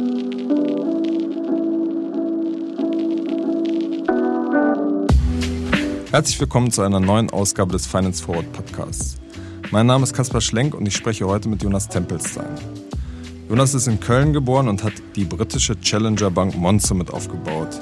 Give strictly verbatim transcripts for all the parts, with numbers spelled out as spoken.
Herzlich willkommen zu einer neuen Ausgabe des Finance Forward Podcasts. Mein Name ist Kaspar Schlenk und ich spreche heute mit Jonas Tempelstein. Jonas ist in Köln geboren und hat die britische Challenger-Bank Monzo mit aufgebaut.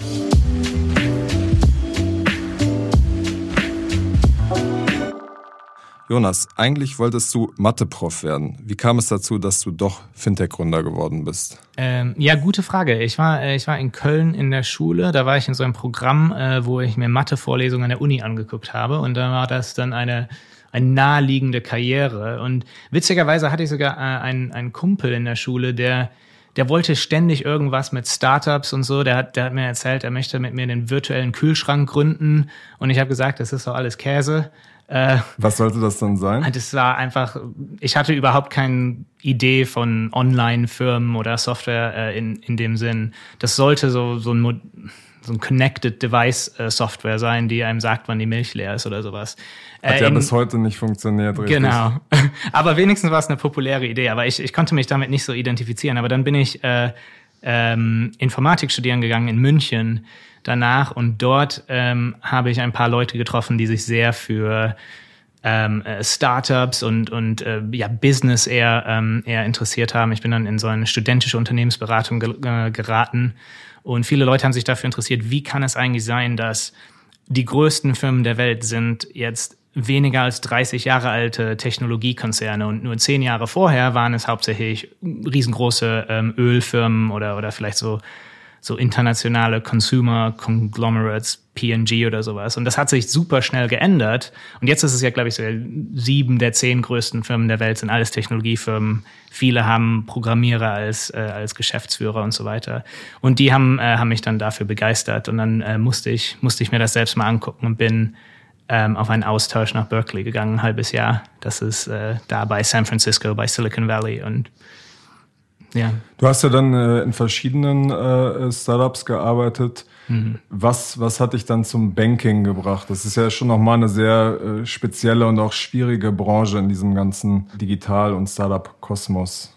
Jonas, eigentlich wolltest du Mathe-Prof werden. Wie kam es dazu, dass du doch Fintech-Gründer geworden bist? Ähm, ja, gute Frage. Ich war, äh, ich war in Köln in der Schule. Da war ich in so einem Programm, äh, wo ich mir Mathe-Vorlesungen an der Uni angeguckt habe. Und da war das dann eine, eine naheliegende Karriere. Und witzigerweise hatte ich sogar äh, einen, einen Kumpel in der Schule, der Der wollte ständig irgendwas mit Startups und so. Der hat, der hat mir erzählt, er möchte mit mir einen virtuellen Kühlschrank gründen. Und ich habe gesagt, das ist doch alles Käse. Äh, Was sollte das dann sein? Das war einfach, ich hatte überhaupt keine Idee von Online-Firmen oder Software äh, in, in dem Sinn. Das sollte so, so ein, so ein Connected Device äh, Software sein, die einem sagt, wann die Milch leer ist oder sowas. Hat äh, ja in, bis heute nicht funktioniert, richtig? Genau. Aber wenigstens war es eine populäre Idee. Aber ich, ich konnte mich damit nicht so identifizieren. Aber dann bin ich äh, ähm, Informatik studieren gegangen in München danach. Und dort ähm, habe ich ein paar Leute getroffen, die sich sehr für ähm, Startups und, und äh, ja, Business eher, ähm, eher interessiert haben. Ich bin dann in so eine studentische Unternehmensberatung ge- äh, geraten. Und viele Leute haben sich dafür interessiert, wie kann es eigentlich sein, dass die größten Firmen der Welt sind jetzt weniger als dreißig Jahre alte Technologiekonzerne und nur zehn Jahre vorher waren es hauptsächlich riesengroße ähm, Ölfirmen oder, oder vielleicht so, so internationale Consumer Conglomerates, P and G oder sowas. Und das hat sich super schnell geändert. Und jetzt ist es ja, glaube ich, so sieben der zehn größten Firmen der Welt sind alles Technologiefirmen. Viele haben Programmierer als, äh, als Geschäftsführer und so weiter. Und die haben, äh, haben mich dann dafür begeistert. Und dann äh, musste ich, musste ich mir das selbst mal angucken und bin ähm, auf einen Austausch nach Berkeley gegangen, ein halbes Jahr. Das ist äh, da bei San Francisco, bei Silicon Valley. Und ja. Du hast ja dann äh, in verschiedenen äh, Startups gearbeitet. Mhm. Was, was hat dich dann zum Banking gebracht? Das ist ja schon nochmal eine sehr äh, spezielle und auch schwierige Branche in diesem ganzen Digital- und Startup-Kosmos.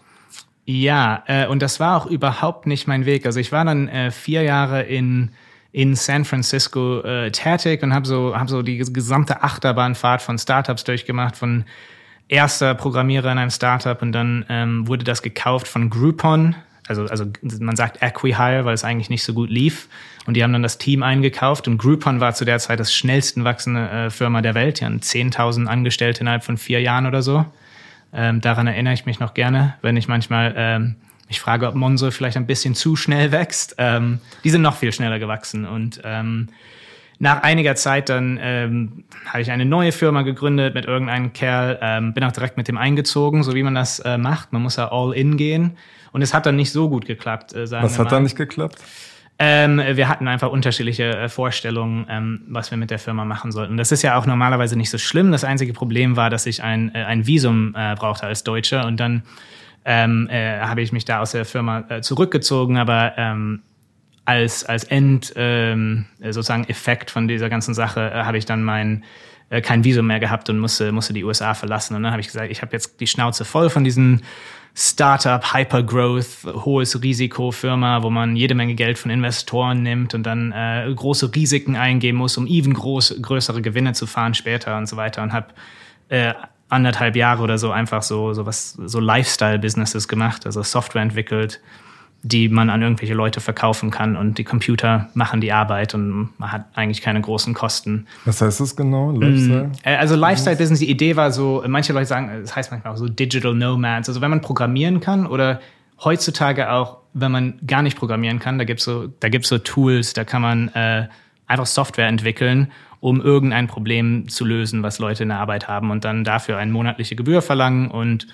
Ja, äh, und das war auch überhaupt nicht mein Weg. Also ich war dann äh, vier Jahre in in San Francisco äh, tätig und habe so, hab so die gesamte Achterbahnfahrt von Startups durchgemacht, von erster Programmierer in einem Startup und dann ähm, wurde das gekauft von Groupon, also also man sagt Acquihire, weil es eigentlich nicht so gut lief und die haben dann das Team eingekauft und Groupon war zu der Zeit das schnellsten wachsende äh, Firma der Welt, die hatten zehntausend Angestellte innerhalb von vier Jahren oder so. Ähm, daran erinnere ich mich noch gerne, wenn ich manchmal ähm, ich frage, ob Monzo vielleicht ein bisschen zu schnell wächst. Ähm, die sind noch viel schneller gewachsen und ähm, nach einiger Zeit dann ähm, habe ich eine neue Firma gegründet mit irgendeinem Kerl, ähm, bin auch direkt mit dem eingezogen, so wie man das äh, macht. Man muss ja all in gehen. Und es hat dann nicht so gut geklappt, äh, sagen Was wir mal. hat da nicht geklappt? Ähm, wir hatten einfach unterschiedliche äh, Vorstellungen, ähm, was wir mit der Firma machen sollten. Das ist ja auch normalerweise nicht so schlimm. Das einzige Problem war, dass ich ein, äh, ein Visum äh, brauchte als Deutscher. Und dann ähm, äh, habe ich mich da aus der Firma äh, zurückgezogen, aber ähm, als als End ähm, sozusagen Effekt von dieser ganzen Sache äh, habe ich dann mein äh, kein Visum mehr gehabt und musste musste die U S A verlassen und dann habe ich gesagt, ich habe jetzt die Schnauze voll von diesen Startup, Hypergrowth, hohes Risiko Firma, wo man jede Menge Geld von Investoren nimmt und dann äh, große Risiken eingehen muss, um even groß, größere Gewinne zu fahren später und so weiter und habe äh, anderthalb Jahre oder so einfach so so was so Lifestyle-Businesses gemacht, also Software entwickelt, die man an irgendwelche Leute verkaufen kann und die Computer machen die Arbeit und man hat eigentlich keine großen Kosten. Was heißt das genau? Lifestyle? Also Lifestyle-Business, die Idee war so, manche Leute sagen, das heißt manchmal auch so Digital Nomads, also wenn man programmieren kann oder heutzutage auch, wenn man gar nicht programmieren kann, da gibt's so, da gibt's so Tools, da kann man äh, einfach Software entwickeln, um irgendein Problem zu lösen, was Leute in der Arbeit haben und dann dafür eine monatliche Gebühr verlangen und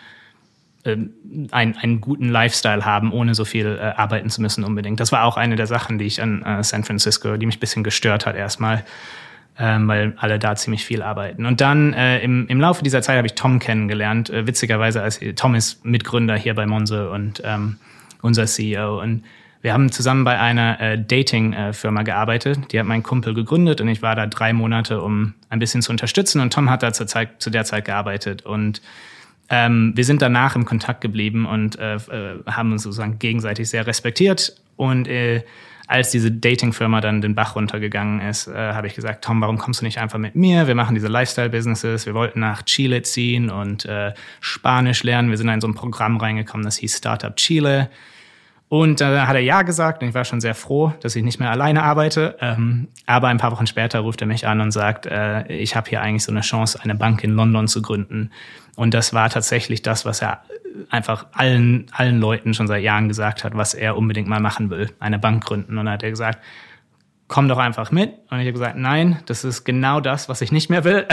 Einen, einen guten Lifestyle haben, ohne so viel äh, arbeiten zu müssen unbedingt. Das war auch eine der Sachen, die ich an äh, San Francisco, die mich ein bisschen gestört hat erstmal, ähm, weil alle da ziemlich viel arbeiten. Und dann äh, im, im Laufe dieser Zeit habe ich Tom kennengelernt, äh, witzigerweise, als Tom ist Mitgründer hier bei Monzo und ähm, unser C E O. Und wir haben zusammen bei einer äh, Dating-Firma äh, gearbeitet. Die hat mein Kumpel gegründet und ich war da drei Monate, um ein bisschen zu unterstützen. Und Tom hat da zur Zeit, zu der Zeit gearbeitet und Ähm, wir sind danach im Kontakt geblieben und äh, äh, haben uns sozusagen gegenseitig sehr respektiert. Und äh, als diese Dating-Firma dann den Bach runtergegangen ist, äh, habe ich gesagt, Tom, warum kommst du nicht einfach mit mir? Wir machen diese Lifestyle-Businesses. Wir wollten nach Chile ziehen und äh, Spanisch lernen. Wir sind in so ein Programm reingekommen, das hieß Startup Chile. Und dann äh, hat er ja gesagt und ich war schon sehr froh, dass ich nicht mehr alleine arbeite. Ähm, aber ein paar Wochen später ruft er mich an und sagt, äh, ich habe hier eigentlich so eine Chance, eine Bank in London zu gründen. Und das war tatsächlich das, was er einfach allen, allen Leuten schon seit Jahren gesagt hat, was er unbedingt mal machen will, eine Bank gründen. Und dann hat er gesagt, komm doch einfach mit. Und ich habe gesagt, nein, das ist genau das, was ich nicht mehr will.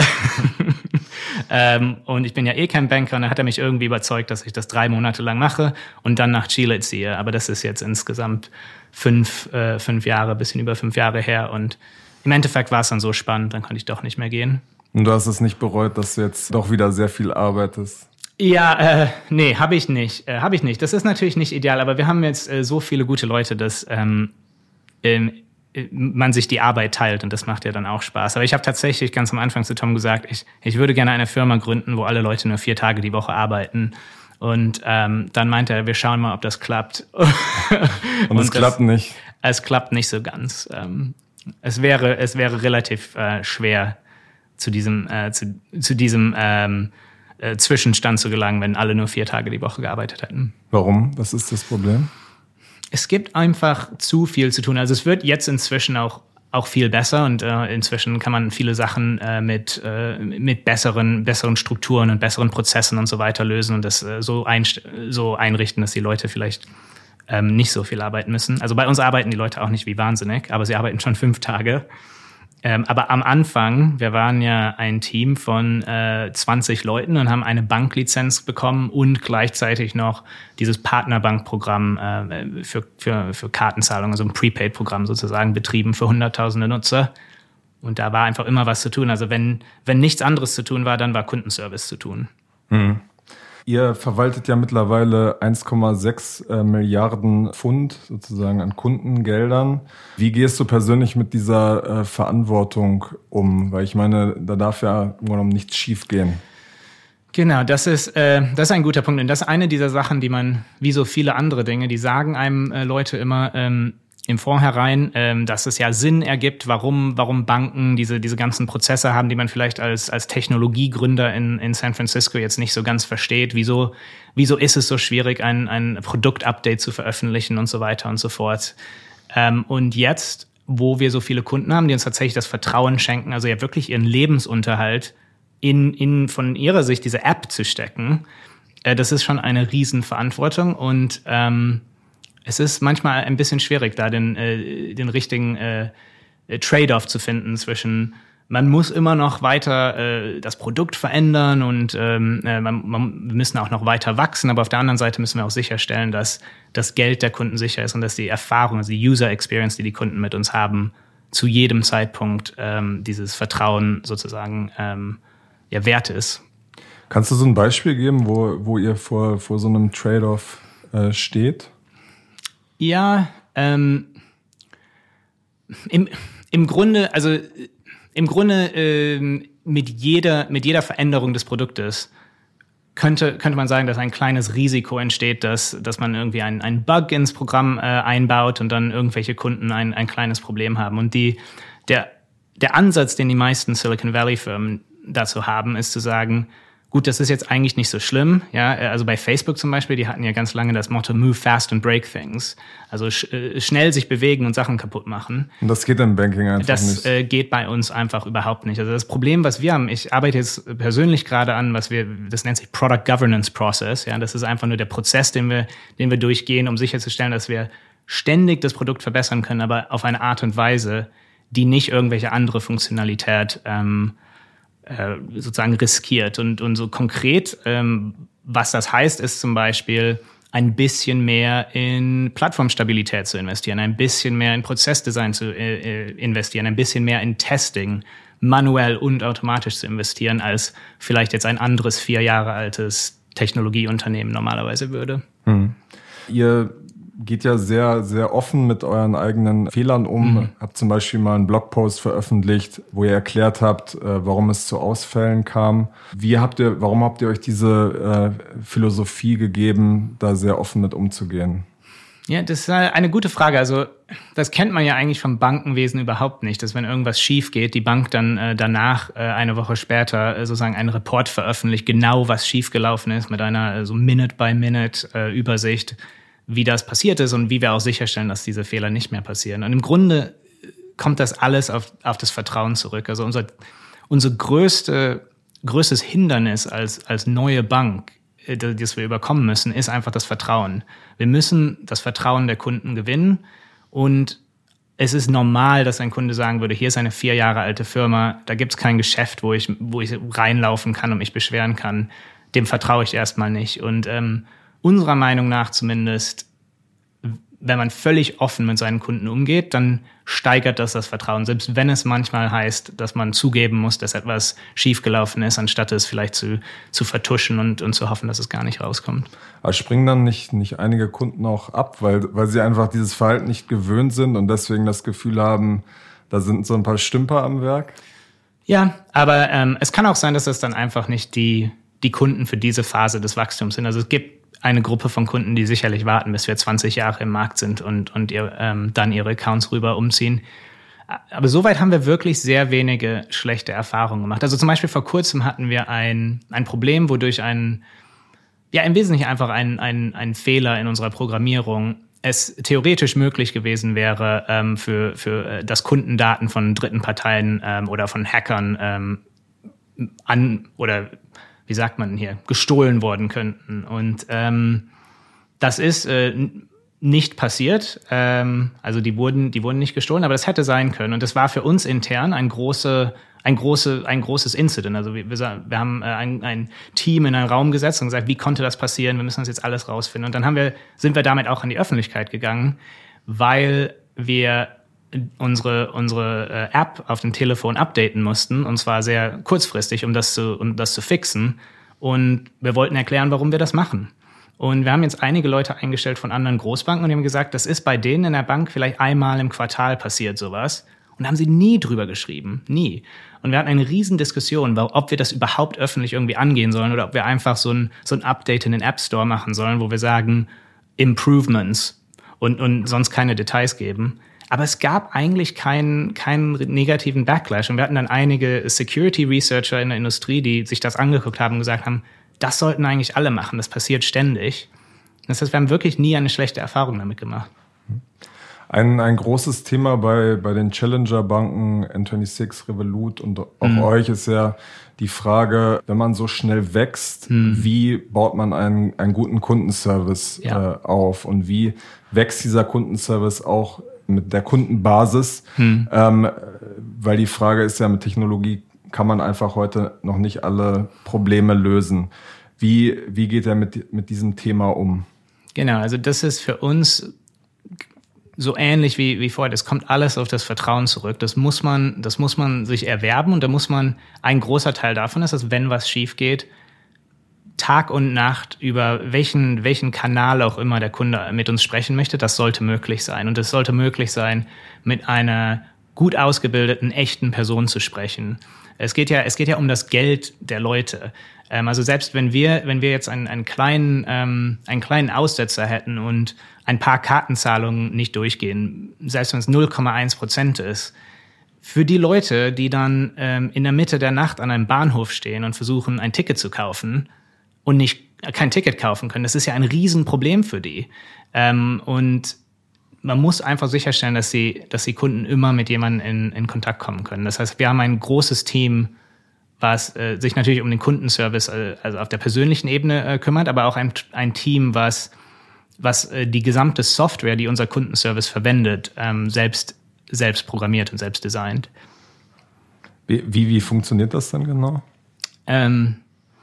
ähm, und ich bin ja eh kein Banker. Und dann hat er mich irgendwie überzeugt, dass ich das drei Monate lang mache und dann nach Chile ziehe. Aber das ist jetzt insgesamt fünf, äh, fünf Jahre, bisschen über fünf Jahre her. Und im Endeffekt war es dann so spannend, dann konnte ich doch nicht mehr gehen. Und du hast es nicht bereut, dass du jetzt doch wieder sehr viel arbeitest? Ja, äh, nee, habe ich nicht. Äh, habe ich nicht. Das ist natürlich nicht ideal, aber wir haben jetzt äh, so viele gute Leute, dass ähm, ähm, man sich die Arbeit teilt und das macht ja dann auch Spaß. Aber ich habe tatsächlich ganz am Anfang zu Tom gesagt, ich, ich würde gerne eine Firma gründen, wo alle Leute nur vier Tage die Woche arbeiten. Und ähm, dann meinte er, wir schauen mal, ob das klappt. Und, und es das, klappt nicht? Es klappt nicht so ganz. Ähm, es wäre, es wäre relativ äh, schwer, zu diesem, äh, zu, zu diesem ähm, äh, Zwischenstand zu gelangen, wenn alle nur vier Tage die Woche gearbeitet hätten. Warum? Was ist das Problem? Es gibt einfach zu viel zu tun. Also es wird jetzt inzwischen auch, auch viel besser und äh, inzwischen kann man viele Sachen äh, mit, äh, mit besseren, besseren Strukturen und besseren Prozessen und so weiter lösen und das äh, so, einst- so einrichten, dass die Leute vielleicht ähm, nicht so viel arbeiten müssen. Also bei uns arbeiten die Leute auch nicht wie wahnsinnig, aber sie arbeiten schon fünf Tage. Ähm, aber am Anfang, wir waren ja ein Team von äh, zwanzig Leuten und haben eine Banklizenz bekommen und gleichzeitig noch dieses Partnerbankprogramm äh, für, für, für Kartenzahlung, also ein Prepaid-Programm sozusagen, betrieben für hunderttausende Nutzer. Und da war einfach immer was zu tun. Also wenn, wenn nichts anderes zu tun war, dann war Kundenservice zu tun. Hm. Ihr verwaltet ja mittlerweile eins Komma sechs äh, Milliarden Pfund sozusagen an Kundengeldern. Wie gehst du persönlich mit dieser äh, Verantwortung um? Weil ich meine, da darf ja im Grunde genommen nichts schief gehen. Genau, das ist, äh, das ist ein guter Punkt. Und das ist eine dieser Sachen, die man, wie so viele andere Dinge, die sagen einem äh, Leute immer ähm, im Vornherein, ähm, dass es ja Sinn ergibt, warum, warum Banken diese, diese ganzen Prozesse haben, die man vielleicht als, als Technologiegründer in, in San Francisco jetzt nicht so ganz versteht. Wieso, wieso ist es so schwierig, ein, ein Produktupdate zu veröffentlichen und so weiter und so fort. Ähm, und jetzt, wo wir so viele Kunden haben, die uns tatsächlich das Vertrauen schenken, also ja wirklich ihren Lebensunterhalt in, in von ihrer Sicht diese App zu stecken, äh, das ist schon eine Riesenverantwortung und ähm, es ist manchmal ein bisschen schwierig, da den, äh, den richtigen äh, Trade-off zu finden zwischen, man muss immer noch weiter äh, das Produkt verändern und ähm, äh, man, man, wir müssen auch noch weiter wachsen, aber auf der anderen Seite müssen wir auch sicherstellen, dass das Geld der Kunden sicher ist und dass die Erfahrung, also die User Experience, die die Kunden mit uns haben, zu jedem Zeitpunkt ähm, dieses Vertrauen sozusagen ähm, ja, wert ist. Kannst du so ein Beispiel geben, wo, wo ihr vor, vor so einem Trade-off äh, steht? Ja, ähm, im, im Grunde, also im Grunde ähm, mit jeder, mit jeder Veränderung des Produktes könnte, könnte man sagen, dass ein kleines Risiko entsteht, dass, dass man irgendwie einen, einen Bug ins Programm äh, einbaut und dann irgendwelche Kunden ein, ein kleines Problem haben. Und die, der, der Ansatz, den die meisten Silicon Valley Firmen dazu haben, ist zu sagen, gut, das ist jetzt eigentlich nicht so schlimm. Ja, also bei Facebook zum Beispiel, die hatten ja ganz lange das Motto Move fast and break things. Also sch- schnell sich bewegen und Sachen kaputt machen. Und das geht im Banking einfach das, nicht. Das äh, geht bei uns einfach überhaupt nicht. Also das Problem, was wir haben, ich arbeite jetzt persönlich gerade an, was wir, das nennt sich Product Governance Process. Ja, das ist einfach nur der Prozess, den wir, den wir durchgehen, um sicherzustellen, dass wir ständig das Produkt verbessern können, aber auf eine Art und Weise, die nicht irgendwelche andere Funktionalität ähm, sozusagen riskiert. Und, und so konkret, ähm, was das heißt, ist zum Beispiel ein bisschen mehr in Plattformstabilität zu investieren, ein bisschen mehr in Prozessdesign zu äh, investieren, ein bisschen mehr in Testing, manuell und automatisch zu investieren, als vielleicht jetzt ein anderes vier Jahre altes Technologieunternehmen normalerweise würde. Hm. Ihr geht ja sehr, sehr offen mit euren eigenen Fehlern um. Mhm. Habt zum Beispiel mal einen Blogpost veröffentlicht, wo ihr erklärt habt, äh, warum es zu Ausfällen kam. Wie habt ihr, warum habt ihr euch diese äh, Philosophie gegeben, da sehr offen mit umzugehen? Ja, das ist eine gute Frage. Also das kennt man ja eigentlich vom Bankenwesen überhaupt nicht, dass wenn irgendwas schief geht, die Bank dann äh, danach äh, eine Woche später äh, sozusagen einen Report veröffentlicht, genau was schiefgelaufen ist, mit einer äh, so Minute-by-Minute-Übersicht, äh, wie das passiert ist und wie wir auch sicherstellen, dass diese Fehler nicht mehr passieren. Und im Grunde kommt das alles auf, auf das Vertrauen zurück. Also unser, unser größte, größtes Hindernis als, als neue Bank, das wir überkommen müssen, ist einfach das Vertrauen. Wir müssen das Vertrauen der Kunden gewinnen und es ist normal, dass ein Kunde sagen würde, hier ist eine vier Jahre alte Firma, da gibt es kein Geschäft, wo ich, wo ich reinlaufen kann und mich beschweren kann. Dem vertraue ich erstmal nicht. Und ähm, unserer Meinung nach zumindest, wenn man völlig offen mit seinen Kunden umgeht, dann steigert das das Vertrauen. Selbst wenn es manchmal heißt, dass man zugeben muss, dass etwas schiefgelaufen ist, anstatt es vielleicht zu, zu vertuschen und, und zu hoffen, dass es gar nicht rauskommt. Aber springen dann nicht, nicht einige Kunden auch ab, weil, weil sie einfach dieses Verhalten nicht gewöhnt sind und deswegen das Gefühl haben, da sind so ein paar Stümper am Werk? Ja, aber ähm, es kann auch sein, dass das dann einfach nicht die, die Kunden für diese Phase des Wachstums sind. Also es gibt eine Gruppe von Kunden, die sicherlich warten, bis wir zwanzig Jahre im Markt sind und, und ihr, ähm, dann ihre Accounts rüber umziehen. Aber soweit haben wir wirklich sehr wenige schlechte Erfahrungen gemacht. Also zum Beispiel vor kurzem hatten wir ein, ein Problem, wodurch ein, ja, im Wesentlichen einfach ein, ein, ein Fehler in unserer Programmierung es theoretisch möglich gewesen wäre, ähm, für, für das Kundendaten von dritten Parteien ähm, oder von Hackern ähm, an oder wie sagt man hier, gestohlen worden könnten. Und ähm, das ist äh, nicht passiert. Ähm, also die wurden, die wurden nicht gestohlen, aber das hätte sein können. Und das war für uns intern ein, große, ein, große, ein großes Incident. Also wir, wir haben äh, ein, ein Team in einen Raum gesetzt und gesagt, wie konnte das passieren? Wir müssen das jetzt alles rausfinden. Und dann haben wir, sind wir damit auch an die Öffentlichkeit gegangen, weil wir unsere unsere äh, App auf dem Telefon updaten mussten, und zwar sehr kurzfristig, um das zu um das zu fixen. Und wir wollten erklären, warum wir das machen. Und wir haben jetzt einige Leute eingestellt von anderen Großbanken und die haben gesagt, das ist bei denen in der Bank vielleicht einmal im Quartal passiert sowas. Und da haben sie nie drüber geschrieben, nie. Und wir hatten eine riesen Diskussion, ob wir das überhaupt öffentlich irgendwie angehen sollen oder ob wir einfach so ein so ein Update in den App Store machen sollen, wo wir sagen Improvements und und sonst keine Details geben. Aber es gab eigentlich keinen, keinen negativen Backlash. Und wir hatten dann einige Security-Researcher in der Industrie, die sich das angeguckt haben und gesagt haben, das sollten eigentlich alle machen, das passiert ständig. Das heißt, wir haben wirklich nie eine schlechte Erfahrung damit gemacht. Ein, ein großes Thema bei, bei den Challenger-Banken, N sechsundzwanzig, Revolut und auch mhm. euch ist ja die Frage, wenn man so schnell wächst, mhm. wie baut man einen, einen guten Kundenservice ja. äh, auf und wie wächst dieser Kundenservice auch mit der Kundenbasis, hm. ähm, weil die Frage ist ja, mit Technologie kann man einfach heute noch nicht alle Probleme lösen. Wie, wie geht er mit, mit diesem Thema um? Genau, also das ist für uns so ähnlich wie, wie vorher. Das kommt alles auf das Vertrauen zurück. Das muss man, das muss man sich erwerben und da muss man, ein großer Teil davon ist, dass wenn was schief geht, Tag und Nacht über welchen, welchen Kanal auch immer der Kunde mit uns sprechen möchte, das sollte möglich sein. Und es sollte möglich sein, mit einer gut ausgebildeten, echten Person zu sprechen. Es geht ja, es geht ja um das Geld der Leute. Ähm, also selbst wenn wir, wenn wir jetzt einen, einen kleinen, ähm, einen kleinen Aussetzer hätten und ein paar Kartenzahlungen nicht durchgehen, selbst wenn es null Komma eins Prozent ist, für die Leute, die dann ähm, in der Mitte der Nacht an einem Bahnhof stehen und versuchen, ein Ticket zu kaufen, und nicht kein Ticket kaufen können. Das ist ja ein Riesenproblem für die. Ähm, und man muss einfach sicherstellen, dass sie, dass die Kunden immer mit jemandem in, in Kontakt kommen können. Das heißt, wir haben ein großes Team, was äh, sich natürlich um den Kundenservice, äh, also auf der persönlichen Ebene äh, kümmert, aber auch ein, ein Team, was, was äh, die gesamte Software, die unser Kundenservice verwendet, ähm, selbst, selbst programmiert und selbst designt. Wie, wie, wie funktioniert das dann genau? Ähm,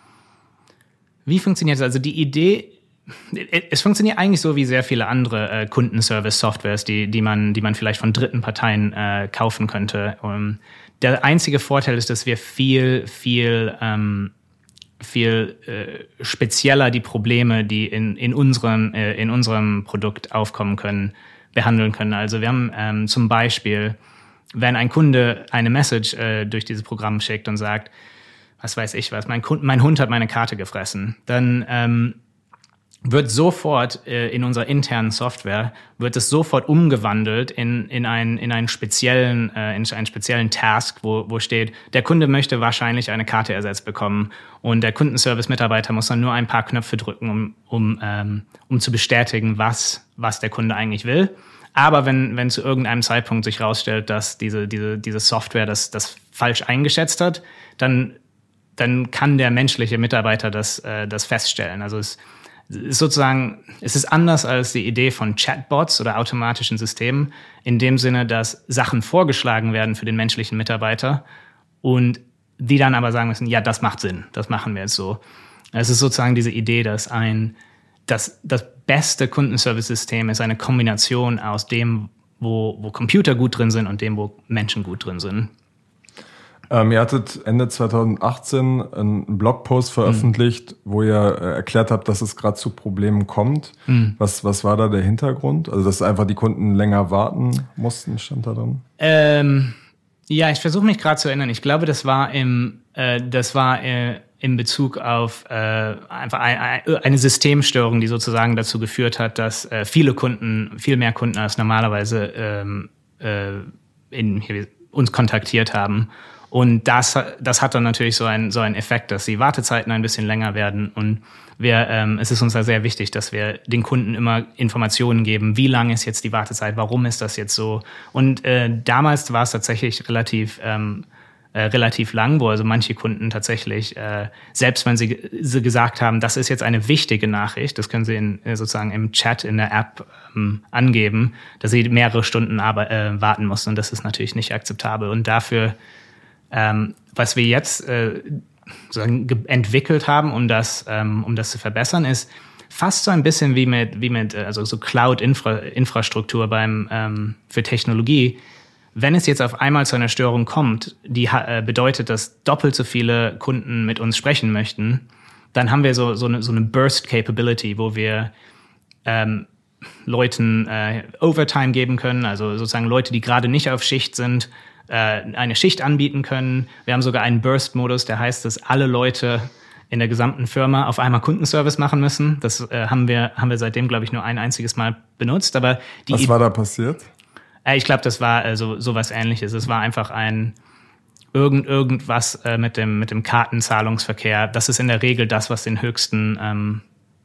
Wie funktioniert das? Also die Idee, es funktioniert eigentlich so wie sehr viele andere äh, Kundenservice-Softwares, die, die, man, die man vielleicht von dritten Parteien äh, kaufen könnte. Um, der einzige Vorteil ist, dass wir viel, viel, ähm, viel äh, spezieller die Probleme, die in, in, unseren, äh, in unserem Produkt aufkommen können, behandeln können. Also wir haben ähm, zum Beispiel, wenn ein Kunde eine Message äh, durch dieses Programm schickt und sagt, was weiß ich was, mein, Kunde, mein Hund hat meine Karte gefressen, dann ähm, wird sofort äh, in unserer internen Software, wird es sofort umgewandelt in, in, einen, in, einen speziellen, äh, in einen speziellen Task, wo, wo steht, der Kunde möchte wahrscheinlich eine Karte ersetzt bekommen und der Kundenservice-Mitarbeiter muss dann nur ein paar Knöpfe drücken, um, um, ähm, um zu bestätigen, was, was der Kunde eigentlich will. Aber wenn, wenn zu irgendeinem Zeitpunkt sich herausstellt, dass diese, diese, diese Software das, das falsch eingeschätzt hat, dann, dann kann der menschliche Mitarbeiter das, äh, das feststellen. Also es ist sozusagen, es ist anders als die Idee von Chatbots oder automatischen Systemen, in dem Sinne, dass Sachen vorgeschlagen werden für den menschlichen Mitarbeiter und die dann aber sagen müssen, ja, das macht Sinn, das machen wir jetzt so. Es ist sozusagen diese Idee, dass ein, dass das beste Kundenservice-System ist eine Kombination aus dem, wo, wo Computer gut drin sind und dem, wo Menschen gut drin sind. Ähm, ihr hattet Ende zwanzig achtzehn einen Blogpost veröffentlicht, mhm. wo ihr äh, erklärt habt, dass es gerade zu Problemen kommt. Mhm. Was, was war da der Hintergrund? Also, dass einfach die Kunden länger warten mussten, stand da drin? Ähm, ja, ich versuche mich gerade zu erinnern. Ich glaube, das war im, äh, das war äh, in Bezug auf äh, einfach ein, ein, eine Systemstörung, die sozusagen dazu geführt hat, dass äh, viele Kunden, viel mehr Kunden als normalerweise ähm, äh, in, hier, uns kontaktiert haben. Und das, das hat dann natürlich so einen, so einen Effekt, dass die Wartezeiten ein bisschen länger werden. Und wir, ähm, es ist uns da sehr wichtig, dass wir den Kunden immer Informationen geben, wie lang ist jetzt die Wartezeit, warum ist das jetzt so. Und äh, damals war es tatsächlich relativ, ähm, äh, relativ lang, wo also manche Kunden tatsächlich, äh, selbst wenn sie, sie gesagt haben, das ist jetzt eine wichtige Nachricht, das können sie in, sozusagen im Chat in der App ähm, angeben, dass sie mehrere Stunden aber, äh, warten mussten. Und das ist natürlich nicht akzeptabel. Und dafür Ähm, was wir jetzt äh, sozusagen entwickelt haben, um das, ähm, um das zu verbessern, ist fast so ein bisschen wie mit, wie mit also so Cloud-Infrastruktur beim ähm, für Technologie. Wenn es jetzt auf einmal zu einer Störung kommt, die äh, bedeutet, dass doppelt so viele Kunden mit uns sprechen möchten, dann haben wir so, so eine, so eine Burst-Capability, wo wir ähm, Leuten äh, Overtime geben können, also sozusagen Leute, die gerade nicht auf Schicht sind, eine Schicht anbieten können. Wir haben sogar einen Burst-Modus, der heißt, dass alle Leute in der gesamten Firma auf einmal Kundenservice machen müssen. Das äh, haben wir haben wir seitdem, glaube ich, nur ein einziges Mal benutzt. Aber die Was war da passiert? Äh, ich glaube, das war äh, so sowas Ähnliches. Es war einfach ein irgend irgendwas äh, mit dem mit dem Kartenzahlungsverkehr. Das ist in der Regel das, was den höchsten ähm,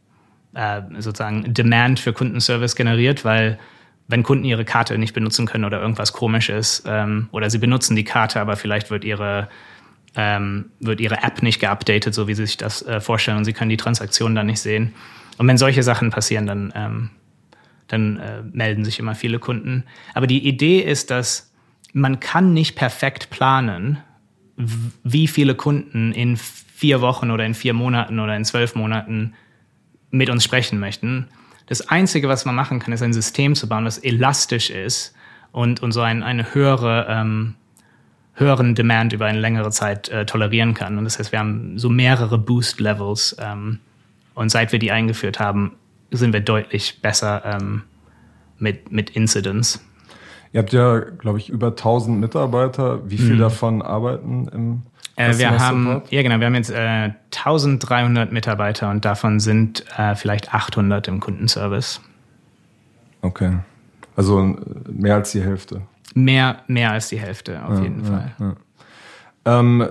äh, sozusagen Demand für Kundenservice generiert, weil wenn Kunden ihre Karte nicht benutzen können oder irgendwas komisch ist, ähm, oder sie benutzen die Karte, aber vielleicht wird ihre, ähm, wird ihre App nicht geupdatet, so wie sie sich das äh, vorstellen, und sie können die Transaktion dann nicht sehen. Und wenn solche Sachen passieren, dann, ähm, dann äh, melden sich immer viele Kunden. Aber die Idee ist, dass man kann nicht perfekt planen, w- wie viele Kunden in vier Wochen oder in vier Monaten oder in zwölf Monaten mit uns sprechen möchten. Das Einzige, was man machen kann, ist ein System zu bauen, das elastisch ist und, und so ein, eine höhere, ähm, höheren Demand über eine längere Zeit äh, tolerieren kann. Und das heißt, wir haben so mehrere Boost-Levels. Ähm, und seit wir die eingeführt haben, sind wir deutlich besser ähm, mit, mit Incidents. Ihr habt ja, glaube ich, über tausend Mitarbeiter. Wie viel mhm. davon arbeiten im Äh, wir haben, ja genau, wir haben jetzt äh, dreizehnhundert Mitarbeiter und davon sind äh, vielleicht achthundert im Kundenservice. Okay, also mehr als die Hälfte. Mehr, mehr als die Hälfte, auf ja, jeden ja, Fall. Ja. Ähm,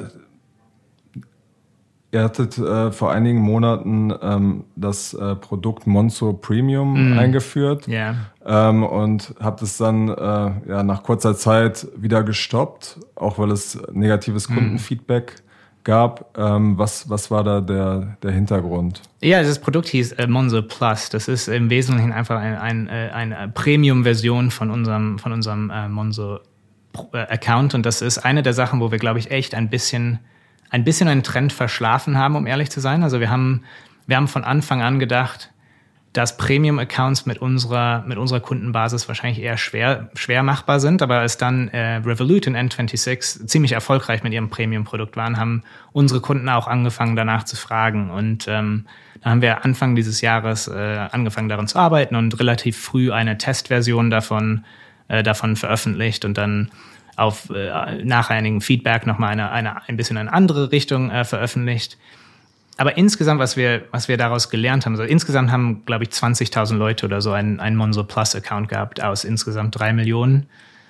ihr hattet äh, vor einigen Monaten ähm, das äh, Produkt Monzo Premium mm. eingeführt yeah. ähm, und habt es dann äh, ja, nach kurzer Zeit wieder gestoppt, auch weil es negatives mm. Kundenfeedback gab. Ähm, was, was war da der, der Hintergrund? Ja, das Produkt hieß äh, Monzo Plus. Das ist im Wesentlichen einfach ein, ein, eine Premium-Version von unserem, von unserem äh, Monzo-Account. Und das ist eine der Sachen, wo wir, glaube ich, echt ein bisschen... ein bisschen einen Trend verschlafen haben, um ehrlich zu sein. Also wir haben, wir haben von Anfang an gedacht, dass Premium-Accounts mit unserer, mit unserer Kundenbasis wahrscheinlich eher schwer, schwer machbar sind. Aber als dann äh, Revolut und N sechsundzwanzig ziemlich erfolgreich mit ihrem Premium-Produkt waren, haben unsere Kunden auch angefangen, danach zu fragen. Und ähm, da haben wir Anfang dieses Jahres äh, angefangen, daran zu arbeiten und relativ früh eine Testversion davon, äh, davon veröffentlicht und dann auf äh, nach einigem Feedback nochmal eine, eine, ein bisschen in eine andere Richtung äh, veröffentlicht. Aber insgesamt, was wir, was wir daraus gelernt haben, also insgesamt haben, glaube ich, zwanzigtausend Leute oder so einen, einen Monzo Plus Account gehabt aus insgesamt drei Millionen.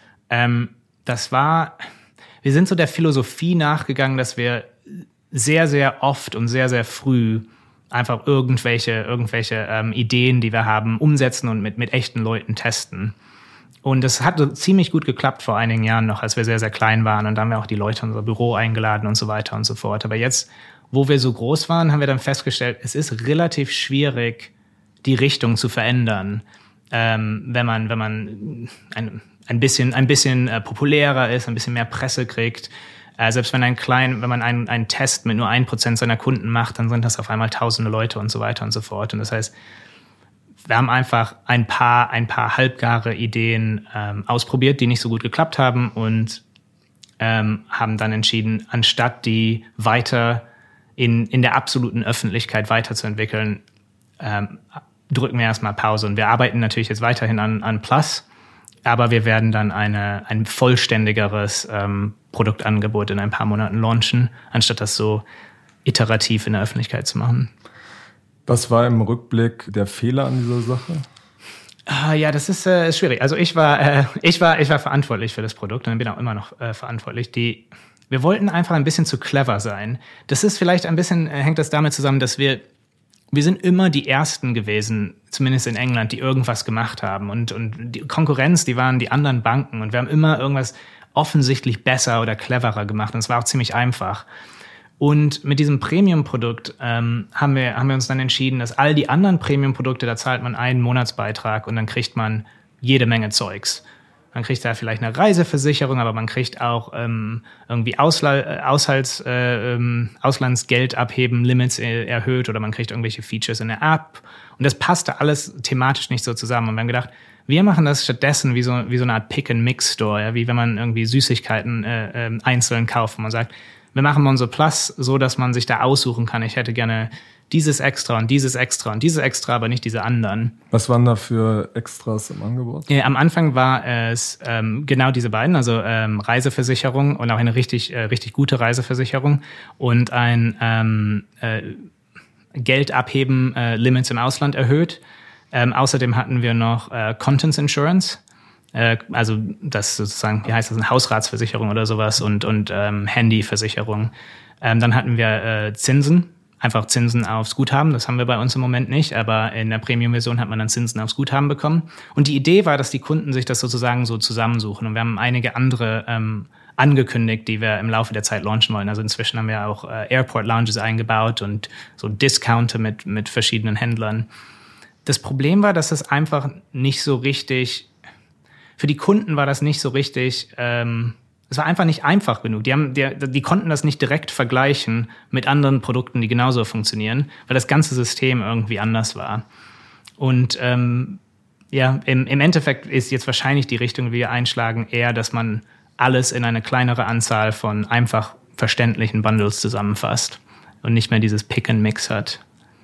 Ähm, das war, wir sind so der Philosophie nachgegangen, dass wir sehr, sehr oft und sehr, sehr früh einfach irgendwelche, irgendwelche ähm, Ideen, die wir haben, umsetzen und mit, mit echten Leuten testen. Und das hat ziemlich gut geklappt vor einigen Jahren noch, als wir sehr, sehr klein waren. Und da haben wir auch die Leute in unser Büro eingeladen und so weiter und so fort. Aber jetzt, wo wir so groß waren, haben wir dann festgestellt, es ist relativ schwierig, die Richtung zu verändern, ähm, wenn man, wenn man ein, ein bisschen, ein bisschen äh, populärer ist, ein bisschen mehr Presse kriegt. Äh, selbst wenn ein klein, wenn man einen, einen Test mit nur ein Prozent seiner Kunden macht, dann sind das auf einmal tausende Leute und so weiter und so fort. Und das heißt, wir haben einfach ein paar, ein paar halbgare Ideen ähm, ausprobiert, die nicht so gut geklappt haben und ähm, haben dann entschieden, anstatt die weiter in, in der absoluten Öffentlichkeit weiterzuentwickeln, ähm, drücken wir erstmal Pause. Und wir arbeiten natürlich jetzt weiterhin an, an Plus, aber wir werden dann eine, ein vollständigeres ähm, Produktangebot in ein paar Monaten launchen, anstatt das so iterativ in der Öffentlichkeit zu machen. Was war im Rückblick der Fehler an dieser Sache? Ah, ja, das ist, äh, ist schwierig. Also ich war, äh, ich war, ich war verantwortlich für das Produkt und bin auch immer noch äh, verantwortlich. Die Wir wollten einfach ein bisschen zu clever sein. Das ist vielleicht ein bisschen, äh, hängt das damit zusammen, dass wir, wir sind immer die Ersten gewesen, zumindest in England, die irgendwas gemacht haben. Und, und die Konkurrenz, die waren die anderen Banken. Und wir haben immer irgendwas offensichtlich besser oder cleverer gemacht. Und es war auch ziemlich einfach. Und mit diesem Premium-Produkt ähm, haben wir, haben wir uns dann entschieden, dass all die anderen Premium-Produkte, da zahlt man einen Monatsbeitrag und dann kriegt man jede Menge Zeugs. Man kriegt da vielleicht eine Reiseversicherung, aber man kriegt auch ähm, irgendwie Ausla- Aushalts, äh, ähm, Auslandsgeld abheben, Limits äh, erhöht oder man kriegt irgendwelche Features in der App. Und das passte alles thematisch nicht so zusammen. Und wir haben gedacht, wir machen das stattdessen wie so, wie so eine Art Pick-and-Mix-Store, ja? Wie wenn man irgendwie Süßigkeiten äh, äh, einzeln kauft. Und man sagt, wir machen Monzo Plus so, dass man sich da aussuchen kann. Ich hätte gerne dieses Extra und dieses Extra und dieses Extra, aber nicht diese anderen. Was waren da für Extras im Angebot? Ja, am Anfang war es ähm, genau diese beiden, also ähm, Reiseversicherung und auch eine richtig, äh, richtig gute Reiseversicherung und ein ähm, äh, Geld abheben, äh, Limits im Ausland erhöht. Ähm, außerdem hatten wir noch äh, Contents Insurance. Also das sozusagen, wie heißt das, eine Hausratsversicherung oder sowas und, und ähm, Handyversicherung. Ähm, dann hatten wir äh, Zinsen, einfach Zinsen aufs Guthaben. Das haben wir bei uns im Moment nicht, aber in der Premium-Version hat man dann Zinsen aufs Guthaben bekommen. Und die Idee war, dass die Kunden sich das sozusagen so zusammensuchen. Und wir haben einige andere ähm, angekündigt, die wir im Laufe der Zeit launchen wollen. Also inzwischen haben wir auch äh, Airport-Lounges eingebaut und so Discounter mit, mit verschiedenen Händlern. Das Problem war, dass es einfach nicht so richtig... Für die Kunden war das nicht so richtig, ähm, es war einfach nicht einfach genug. Die, haben, die, die konnten das nicht direkt vergleichen mit anderen Produkten, die genauso funktionieren, weil das ganze System irgendwie anders war. Und ähm, ja, im, im Endeffekt ist jetzt wahrscheinlich die Richtung, die wir einschlagen, eher, dass man alles in eine kleinere Anzahl von einfach verständlichen Bundles zusammenfasst und nicht mehr dieses Pick and Mix hat.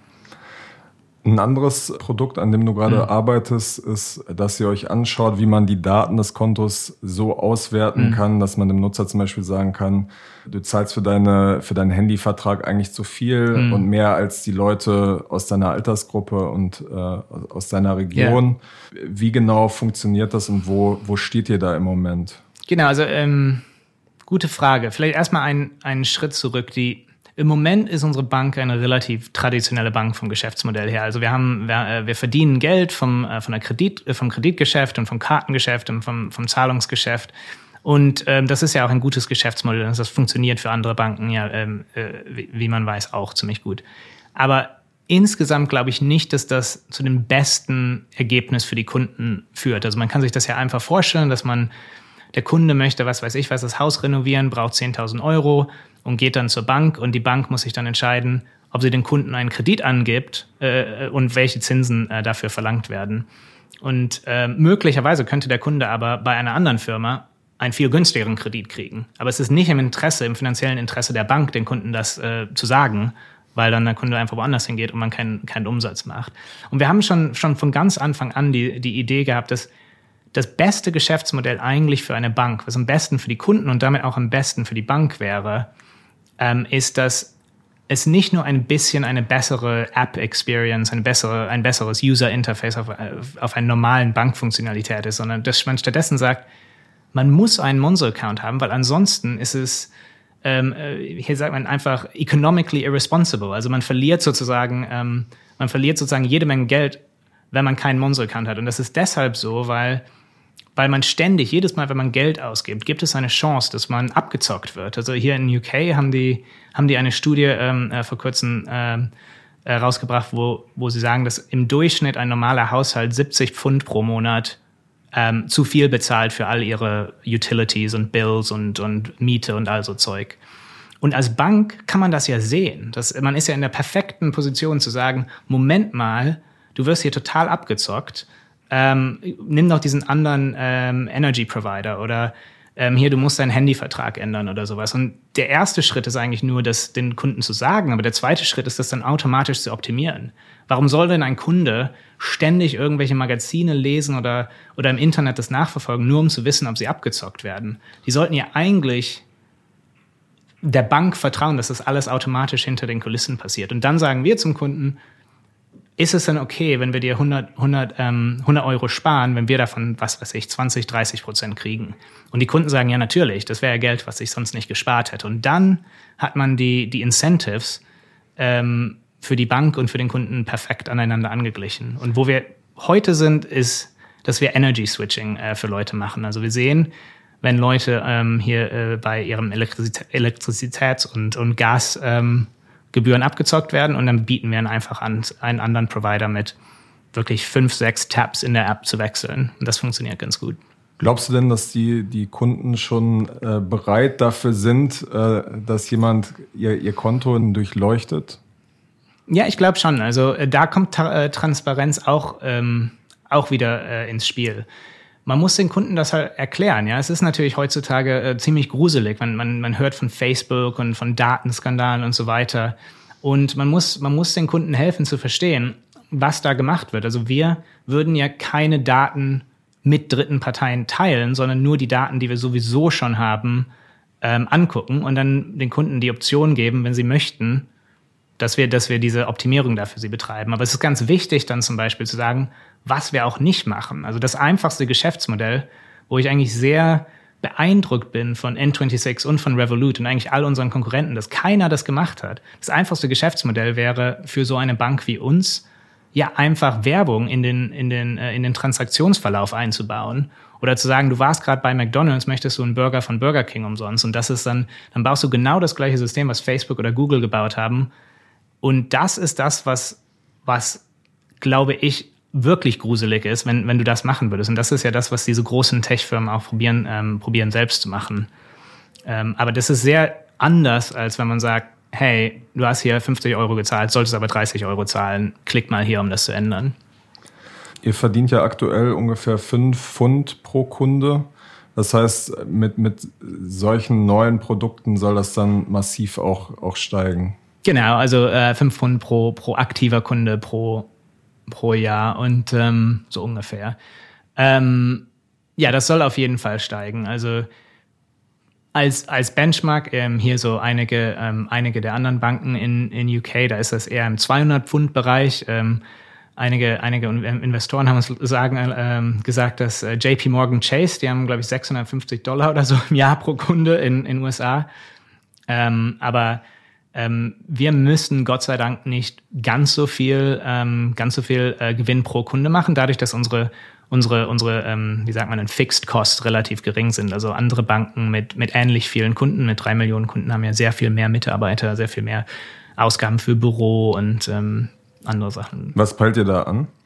Ein anderes Produkt, an dem du gerade mhm. arbeitest, ist, dass ihr euch anschaut, wie man die Daten des Kontos so auswerten mhm. kann, dass man dem Nutzer zum Beispiel sagen kann, du zahlst für deine, für deinen Handyvertrag eigentlich zu viel mhm. und mehr als die Leute aus deiner Altersgruppe und äh, aus deiner Region. Yeah. Wie genau funktioniert das und wo, wo steht ihr da im Moment? Genau, also ähm, gute Frage. Vielleicht erstmal einen, einen Schritt zurück. Die Im Moment ist unsere Bank eine relativ traditionelle Bank vom Geschäftsmodell her. Also wir haben, wir, wir verdienen Geld vom, von der Kredit, vom Kreditgeschäft und vom Kartengeschäft und vom, vom Zahlungsgeschäft. Und ähm, das ist ja auch ein gutes Geschäftsmodell. Das funktioniert für andere Banken ja, ähm, äh, wie, wie man weiß, auch ziemlich gut. Aber insgesamt glaube ich nicht, dass das zu dem besten Ergebnis für die Kunden führt. Also man kann sich das ja einfach vorstellen, dass man, der Kunde möchte, was weiß ich, was das Haus renovieren, braucht zehntausend Euro und geht dann zur Bank und die Bank muss sich dann entscheiden, ob sie den Kunden einen Kredit angibt äh, und welche Zinsen äh, dafür verlangt werden. Und äh, möglicherweise könnte der Kunde aber bei einer anderen Firma einen viel günstigeren Kredit kriegen. Aber es ist nicht im Interesse, im finanziellen Interesse der Bank, den Kunden das äh, zu sagen, weil dann der Kunde einfach woanders hingeht und man keinen, keinen Umsatz macht. Und wir haben schon, schon von ganz Anfang an die, die Idee gehabt, dass das beste Geschäftsmodell eigentlich für eine Bank, was am besten für die Kunden und damit auch am besten für die Bank wäre, ähm, ist, dass es nicht nur ein bisschen eine bessere App-Experience, eine bessere, ein besseres User-Interface auf, auf einer normalen Bankfunktionalität ist, sondern dass man stattdessen sagt, man muss einen Monzo-Account haben, weil ansonsten ist es, ähm, hier sagt man einfach, economically irresponsible. Also man verliert sozusagen, ähm, man verliert sozusagen jede Menge Geld, wenn man keinen Monzo-Account hat. Und das ist deshalb so, weil, weil man ständig, jedes Mal, wenn man Geld ausgibt, gibt es eine Chance, dass man abgezockt wird. Also hier in U K haben die, haben die eine Studie ähm, äh, vor kurzem ähm, äh, rausgebracht, wo, wo sie sagen, dass im Durchschnitt ein normaler Haushalt siebzig Pfund pro Monat ähm, zu viel bezahlt für all ihre Utilities und Bills und, und Miete und all so Zeug. Und als Bank kann man das ja sehen. Das, man ist ja in der perfekten Position zu sagen, Moment mal, du wirst hier total abgezockt, ähm, nimm doch diesen anderen ähm, Energy Provider oder ähm, hier, du musst deinen Handyvertrag ändern oder sowas. Und der erste Schritt ist eigentlich nur, das den Kunden zu sagen, aber der zweite Schritt ist, das dann automatisch zu optimieren. Warum soll denn ein Kunde ständig irgendwelche Magazine lesen oder, oder im Internet das nachverfolgen, nur um zu wissen, ob sie abgezockt werden? Die sollten ja eigentlich der Bank vertrauen, dass das alles automatisch hinter den Kulissen passiert. Und dann sagen wir zum Kunden, ist es denn okay, wenn wir dir hundert, hundert, ähm, hundert Euro sparen, wenn wir davon, was weiß ich, zwanzig, dreißig Prozent kriegen? Und die Kunden sagen, ja natürlich, das wäre ja Geld, was ich sonst nicht gespart hätte. Und dann hat man die, die Incentives ähm, für die Bank und für den Kunden perfekt aneinander angeglichen. Und wo wir heute sind, ist, dass wir Energy Switching äh, für Leute machen. Also wir sehen, wenn Leute ähm, hier äh, bei ihrem Elektrizitä- Elektrizitäts- und, und Gas ähm, Gebühren abgezockt werden und dann bieten wir ihnen einfach an, einen anderen Provider mit wirklich fünf, sechs Tabs in der App zu wechseln. Und das funktioniert ganz gut. Glaubst du denn, dass die, die Kunden schon äh, bereit dafür sind, äh, dass jemand ihr, ihr Konto durchleuchtet? Ja, ich glaube schon. Also äh, da kommt tra- äh, Transparenz auch, ähm, auch wieder äh, ins Spiel. Man muss den Kunden das halt erklären. Ja, es ist natürlich heutzutage äh, ziemlich gruselig. Man, man, man hört von Facebook und von Datenskandalen und so weiter. Und man muss, man muss den Kunden helfen zu verstehen, was da gemacht wird. Also wir würden ja keine Daten mit dritten Parteien teilen, sondern nur die Daten, die wir sowieso schon haben, ähm, angucken und dann den Kunden die Option geben, wenn sie möchten, dass wir, dass wir diese Optimierung dafür sie betreiben. Aber es ist ganz wichtig, dann zum Beispiel zu sagen, was wir auch nicht machen. Also das einfachste Geschäftsmodell, wo ich eigentlich sehr beeindruckt bin von N sechsundzwanzig und von Revolut und eigentlich all unseren Konkurrenten, dass keiner das gemacht hat. Das einfachste Geschäftsmodell wäre für so eine Bank wie uns, ja einfach Werbung in den, in den, äh, in den Transaktionsverlauf einzubauen. Oder zu sagen, du warst gerade bei McDonald's, möchtest du einen Burger von Burger King umsonst. Und das ist dann, dann baust du genau das gleiche System, was Facebook oder Google gebaut haben. Und das ist das, was, was glaube ich, wirklich gruselig ist, wenn, wenn du das machen würdest. Und das ist ja das, was diese großen Tech-Firmen auch probieren, ähm, probieren selbst zu machen. Ähm, aber das ist sehr anders, als wenn man sagt, hey, du hast hier fünfzig Euro gezahlt, solltest aber dreißig Euro zahlen. Klick mal hier, um das zu ändern. Ihr verdient ja aktuell ungefähr fünf Pfund pro Kunde. Das heißt, mit, mit solchen neuen Produkten soll das dann massiv auch, auch steigen. Genau, also äh, fünf Pfund pro, pro aktiver Kunde pro pro Jahr und ähm, so ungefähr. Ähm, ja, das soll auf jeden Fall steigen. Also als, als Benchmark ähm, hier so einige, ähm, einige der anderen Banken in, in U K, da ist das eher im zweihundert Pfund Bereich. Ähm, einige, einige Investoren haben uns sagen, ähm, gesagt, dass äh, J P Morgan Chase, die haben, glaube ich, sechshundertfünfzig Dollar oder so im Jahr pro Kunde in in U S A. Ähm, aber Ähm, wir müssen Gott sei Dank nicht ganz so viel, ähm, ganz so viel äh, Gewinn pro Kunde machen, dadurch, dass unsere, unsere, unsere, ähm, wie sagt man, Fixed Costs relativ gering sind. Also andere Banken mit, mit ähnlich vielen Kunden, mit drei Millionen Kunden, haben ja sehr viel mehr Mitarbeiter, sehr viel mehr Ausgaben für Büro und ähm, andere Sachen. Was peilt ihr da an?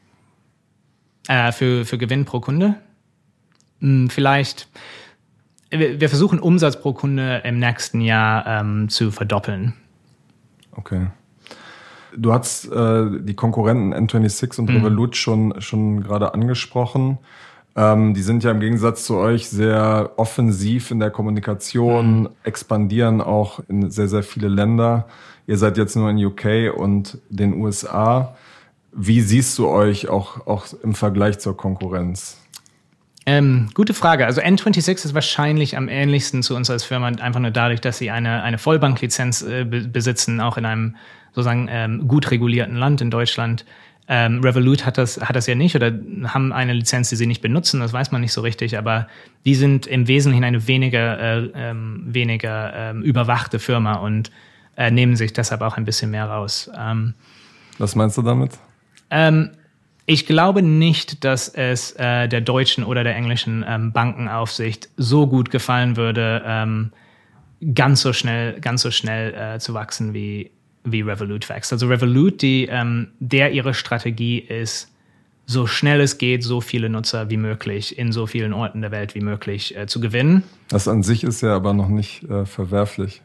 Äh, für, für Gewinn pro Kunde? Hm, vielleicht, wir, wir versuchen Umsatz pro Kunde im nächsten Jahr ähm, zu verdoppeln. Okay. Du hast äh, die Konkurrenten N sechsundzwanzig und mhm. Revolut schon, schon gerade angesprochen. Ähm, die sind ja im Gegensatz zu euch sehr offensiv in der Kommunikation, mhm. expandieren auch in sehr, sehr viele Länder. Ihr seid jetzt nur in U K und den U S A. Wie siehst du euch auch, auch im Vergleich zur Konkurrenz? Ähm, gute Frage. Also N sechsundzwanzig ist wahrscheinlich am ähnlichsten zu uns als Firma, einfach nur dadurch, dass sie eine, eine Vollbanklizenz äh, be- besitzen, auch in einem sozusagen ähm, gut regulierten Land in Deutschland. Ähm, Revolut hat das, hat das ja nicht oder haben eine Lizenz, die sie nicht benutzen, das weiß man nicht so richtig, aber die sind im Wesentlichen eine weniger, äh, ähm, weniger ähm, überwachte Firma und äh, nehmen sich deshalb auch ein bisschen mehr raus. Ähm, Was meinst du damit? Ähm, ich glaube nicht, dass es äh, der deutschen oder der englischen ähm, Bankenaufsicht so gut gefallen würde, ähm, ganz so schnell, ganz so schnell äh, zu wachsen wie, wie Revolut wächst. Also Revolut, die, ähm, der ihre Strategie ist, so schnell es geht, so viele Nutzer wie möglich in so vielen Orten der Welt wie möglich äh, zu gewinnen. Das an sich ist ja aber noch nicht äh, verwerflich.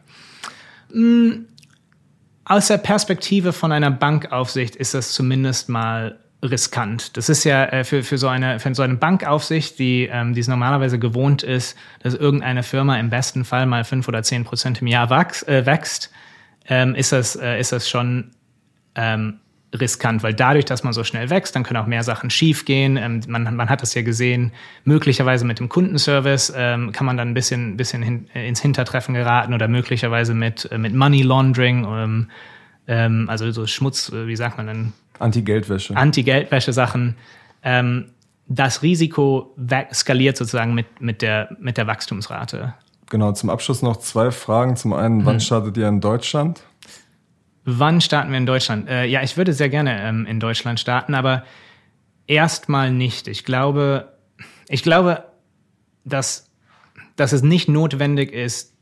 Mm. Aus der Perspektive von einer Bankaufsicht ist das zumindest mal riskant. Das ist ja äh, für, für, so eine, für so eine Bankaufsicht, die ähm, die es normalerweise gewohnt ist, dass irgendeine Firma im besten Fall mal fünf oder zehn Prozent im Jahr wachs, äh, wächst, ähm, ist, das, äh, ist das schon ähm, riskant, weil dadurch, dass man so schnell wächst, dann können auch mehr Sachen schiefgehen. Ähm, man, man hat das ja gesehen, möglicherweise mit dem Kundenservice ähm, kann man dann ein bisschen, bisschen hin, äh, ins Hintertreffen geraten oder möglicherweise mit, äh, mit Money Laundering, ähm, ähm, also so Schmutz, äh, wie sagt man denn? Anti-Geldwäsche. Anti-Geldwäsche-Sachen. Ähm, das Risiko skaliert sozusagen mit, mit, der, mit der Wachstumsrate. Genau, zum Abschluss noch zwei Fragen. Zum einen, hm. wann startet ihr in Deutschland? Wann starten wir in Deutschland? Äh, ja, ich würde sehr gerne ähm, in Deutschland starten, aber erstmal nicht. Ich glaube, ich glaube, dass, dass es nicht notwendig ist,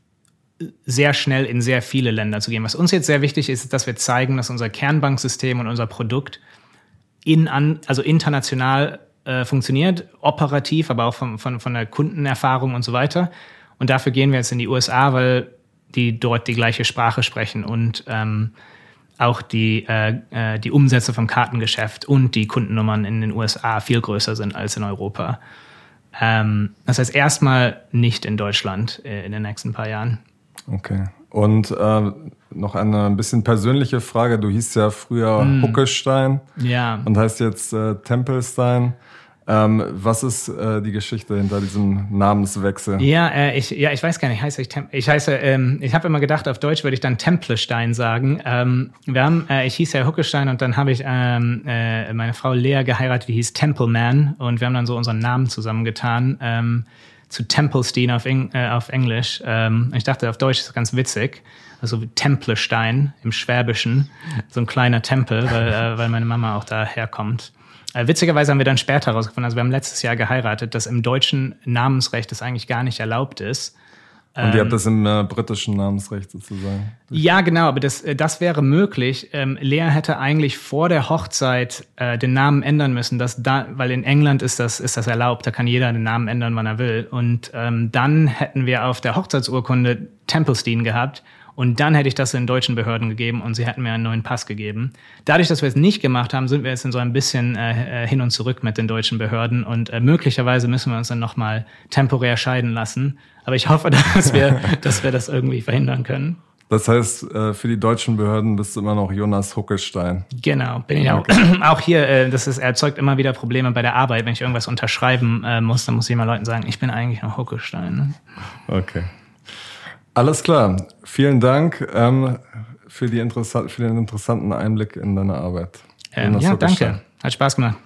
sehr schnell in sehr viele Länder zu gehen. Was uns jetzt sehr wichtig ist, ist, dass wir zeigen, dass unser Kernbanksystem und unser Produkt in an, also international äh, funktioniert, operativ, aber auch von, von, von der Kundenerfahrung und so weiter. Und dafür gehen wir jetzt in die U S A, weil die dort die gleiche Sprache sprechen und ähm, auch die, äh, die Umsätze vom Kartengeschäft und die Kundennummern in den U S A viel größer sind als in Europa. Ähm, das heißt erstmal nicht in Deutschland äh, in den nächsten paar Jahren. Okay. Und äh, noch eine ein bisschen persönliche Frage. Du hießt ja früher mm. Huckestein ja. und heißt jetzt äh, Tempelstein. Ähm, was ist äh, die Geschichte hinter diesem Namenswechsel? Ja, äh, ich, ja, ich weiß gar nicht. Heiße ich Tem- ich heiße, ähm, ich habe immer gedacht, auf Deutsch würde ich dann Templestein sagen. Ähm, wir haben, äh, ich hieß ja Huckestein und dann habe ich ähm, äh, meine Frau Lea geheiratet, die hieß Templeman und wir haben dann so unseren Namen zusammengetan ähm, zu Templestein auf, Eng- äh, auf Englisch. Ähm, ich dachte, auf Deutsch ist das ganz witzig. Also Templestein im Schwäbischen, so ein kleiner Tempel, weil, äh, weil meine Mama auch daher kommt. Äh, witzigerweise haben wir dann später herausgefunden, also wir haben letztes Jahr geheiratet, dass im deutschen Namensrecht das eigentlich gar nicht erlaubt ist. Und ihr ähm, habt das im äh, britischen Namensrecht sozusagen? Ja, genau, aber das, das wäre möglich. Ähm, Lea hätte eigentlich vor der Hochzeit äh, den Namen ändern müssen, dass da, weil in England ist das, ist das erlaubt, da kann jeder den Namen ändern, wann er will. Und ähm, dann hätten wir auf der Hochzeitsurkunde Templestein gehabt. Und dann hätte ich das den deutschen Behörden gegeben und sie hätten mir einen neuen Pass gegeben. Dadurch, dass wir es nicht gemacht haben, sind wir jetzt in so ein bisschen äh, hin und zurück mit den deutschen Behörden und äh, möglicherweise müssen wir uns dann nochmal temporär scheiden lassen. Aber ich hoffe, dass wir, dass wir das irgendwie verhindern können. Das heißt, äh, für die deutschen Behörden bist du immer noch Jonas Huckestein. Genau, bin ich auch. Auch hier, äh, das ist, erzeugt immer wieder Probleme bei der Arbeit. Wenn ich irgendwas unterschreiben äh, muss, dann muss ich immer Leuten sagen, ich bin eigentlich noch Huckestein. Ne? Okay. Alles klar. Vielen Dank ähm, für, die interessant, für den interessanten Einblick in deine Arbeit. Ähm, ja, danke. Hat Spaß gemacht.